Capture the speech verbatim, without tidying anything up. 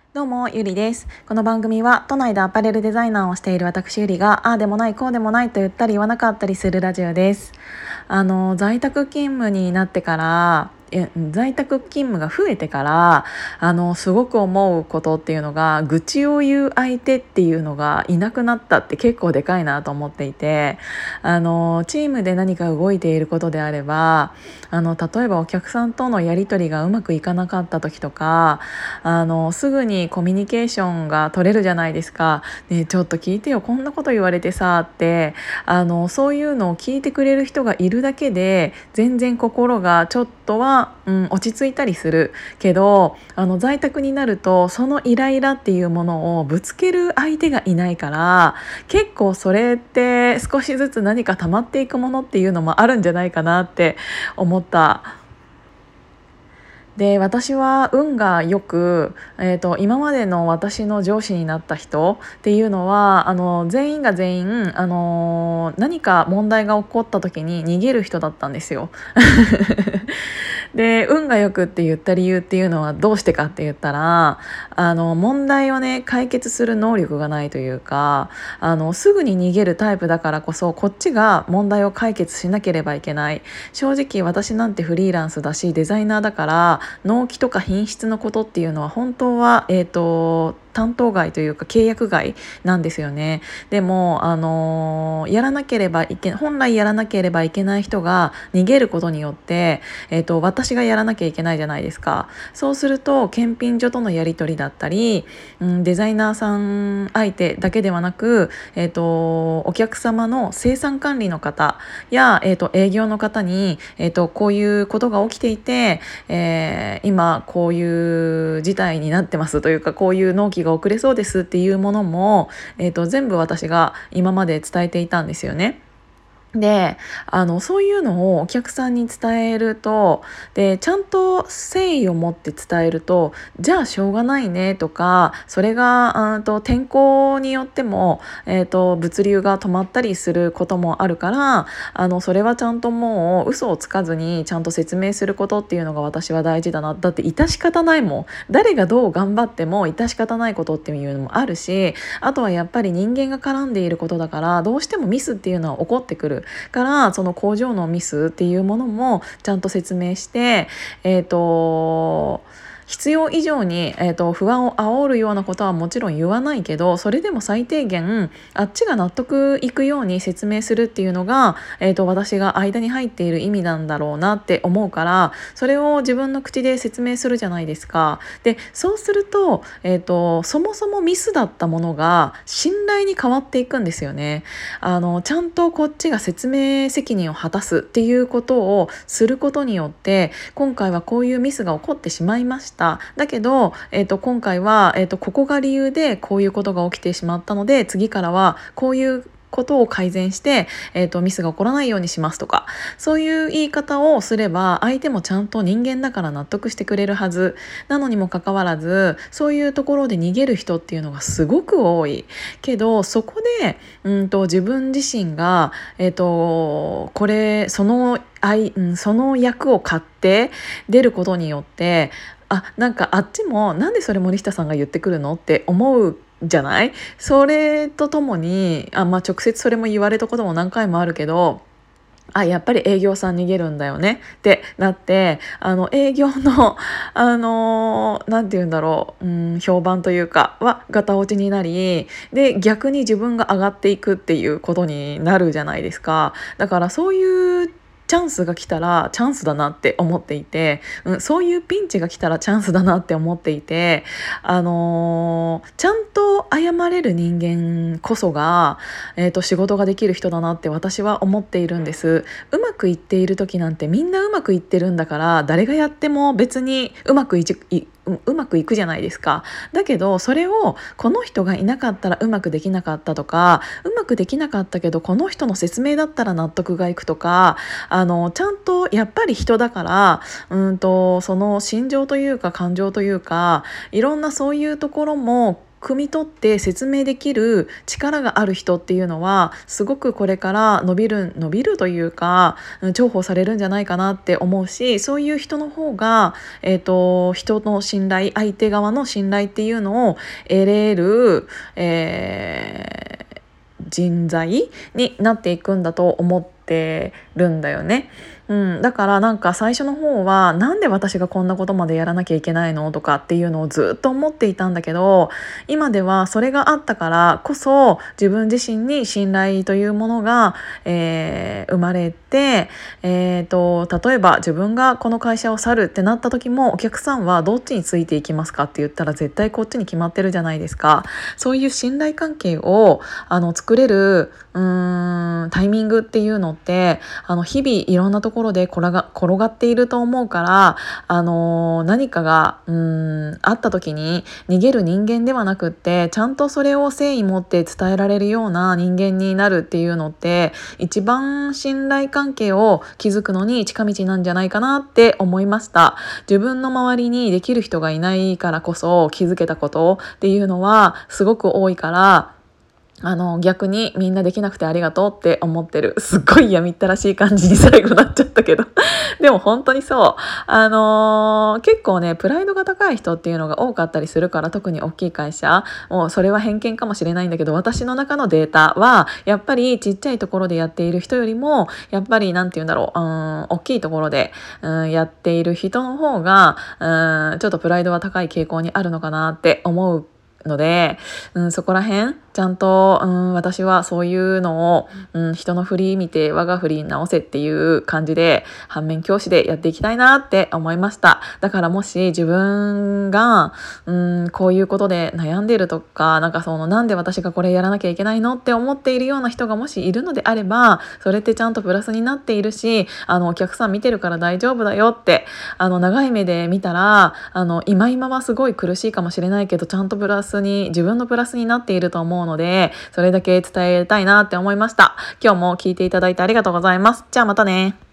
どうも、ゆりです。この番組は都内でアパレルデザイナーをしている私ゆりが、ああでもないこうでもないと言ったり言わなかったりするラジオです。あの在宅勤務になってからえ在宅勤務が増えてからあのすごく思うことっていうのが、愚痴を言う相手っていうのがいなくなったって結構でかいなと思っていて、あのチームで何か動いていることであれば、あの例えばお客さんとのやり取りがうまくいかなかった時とか、あのすぐにコミュニケーションが取れるじゃないですか。ねえ、ちょっと聞いてよ、こんなこと言われてさって、あのそういうのを聞いてくれる人がいるだけで全然心がちょっとは、うん、落ち着いたりするけど、あの在宅になるとそのイライラっていうものをぶつける相手がいないから、結構それって少しずつ何か溜まっていくものっていうのもあるんじゃないかなって思った。で私は運がよく、えーと、今までの私の上司になった人っていうのは、あの全員が全員、あの何か問題が起こった時に逃げる人だったんですよ。で運がよくって言った理由っていうのはどうしてかって言ったら、あの問題をね解決する能力がないというか、あのすぐに逃げるタイプだからこそ、こっちが問題を解決しなければいけない。正直私なんてフリーランスだしデザイナーだから、納期とか品質のことっていうのは本当は、えーと担当外というか契約外なんですよね。でも、あのーやらなければいけ本来やらなければいけない人が逃げることによって、えーと私がやらなきゃいけないじゃないですか。そうすると検品所とのやり取りだったり、うん、デザイナーさん相手だけではなく、えーとお客様の生産管理の方や、えーと営業の方に、えーとこういうことが起きていて、えー今こういう事態になってますというか、こういう納期が遅れそうですっていうものも、えーと全部私が今まで伝えていたんですよね。で、あのそういうのをお客さんに伝えると、でちゃんと誠意を持って伝えると、じゃあしょうがないねとか、それがうんと天候によっても、えー、と物流が止まったりすることもあるから、あのそれはちゃんともう嘘をつかずにちゃんと説明することっていうのが私は大事だな。だって致し方ないもん。誰がどう頑張っても致し方ないことっていうのもあるし、あとはやっぱり人間が絡んでいることだから、どうしてもミスっていうのは起こってくるから、その工場のミスっていうものもちゃんと説明して、えーと必要以上に、えーと不安を煽るようなことはもちろん言わないけど、それでも最低限あっちが納得いくように説明するっていうのが、えーと私が間に入っている意味なんだろうなって思うから、それを自分の口で説明するじゃないですか。でそうすると、えーとそもそもミスだったものが信頼に変わっていくんですよね。あのちゃんとこっちが説明責任を果たすっていうことをすることによって、今回はこういうミスが起こってしまいました。だけど、えー、と今回は、えー、とここが理由でこういうことが起きてしまったので、次からはこういうことを改善して、えー、とミスが起こらないようにしますとか、そういう言い方をすれば相手もちゃんと人間だから納得してくれるはずなのにもかかわらず、そういうところで逃げる人っていうのがすごく多いけど、そこでうんと自分自身が、えー、とこれその愛、うん、その役を買って出ることによって、あ、なんかあっちもなんでそれ森下さんが言ってくるのって思うじゃない。それとともに、あ、まあ、直接それも言われたことも何回もあるけど、あ、やっぱり営業さん逃げるんだよねってなって、あの営業のあのなんて言うんだろう、うん、評判というかはガタ落ちになり、で逆に自分が上がっていくっていうことになるじゃないですか。だからそういうチャンスが来たらチャンスだなって思っていて、うん、そういうピンチが来たらチャンスだなって思っていて、あのーちゃんと謝れる人間こそが、えーと、仕事ができる人だなって私は思っているんです。うまくいっている時なんてみんなうまくいってるんだから、誰がやっても別にうまくいちいううまくいくじゃないですか。だけどそれをこの人がいなかったらうまくできなかったとか、うまくできなかったけどこの人の説明だったら納得がいくとか、あのちゃんとやっぱり人だから、うんとその心情というか感情というか、いろんなそういうところも汲み取って説明できる力がある人っていうのはすごくこれから伸びる伸びるというか重宝されるんじゃないかなって思うし、そういう人の方が、えーと、人の信頼、相手側の信頼っていうのを得れる、えー人材になっていくんだと思ってるんだよね。うん、だからなんか最初の方はなんで私がこんなことまでやらなきゃいけないのとかっていうのをずっと思っていたんだけど、今ではそれがあったからこそ自分自身に信頼というものが、えー生まれて、えーと、例えば自分がこの会社を去るってなった時もお客さんはどっちについていきますかって言ったら絶対こっちに決まってるじゃないですか。そういう信頼関係をあの作れるうーんタイミングっていうのってあの日々いろんなところで転が、転がっていると思うから、あのー何かがうーんあった時に逃げる人間ではなくってちゃんとそれを誠意持って伝えられるような人間になるっていうのって一番信頼関係を築くのに近道なんじゃないかなって思いました。自分の周りにできる人がいないからこそ気づけたことっていうのはすごく多いから、あの逆にみんなできなくてありがとうって思ってる。すっごいやみったらしい感じに最後なっちゃったけどでも本当にそう、あのー結構ねプライドが高い人っていうのが多かったりするから、特に大きい会社、もうそれは偏見かもしれないんだけど、私の中のデータはやっぱりちっちゃいところでやっている人よりもやっぱりなんて言うんだろう、うん、大きいところで、うん、やっている人の方が、うん、ちょっとプライドは高い傾向にあるのかなって思うので、うん、そこら辺ちゃんと、うん、私はそういうのを、うん、人の振り見て我が振り直せっていう感じで反面教師でやっていきたいなって思いました。だからもし自分が、うん、こういうことで悩んでるとか、なんかそのなんで私がこれやらなきゃいけないのって思っているような人がもしいるのであれば、それってちゃんとプラスになっているし、あのお客さん見てるから大丈夫だよって、あの長い目で見たら、あの今今はすごい苦しいかもしれないけどちゃんとプラスに自分のプラスになっていると思うので、それだけ伝えたいなって思いました。今日も聞いていただいてありがとうございます。じゃあまたね。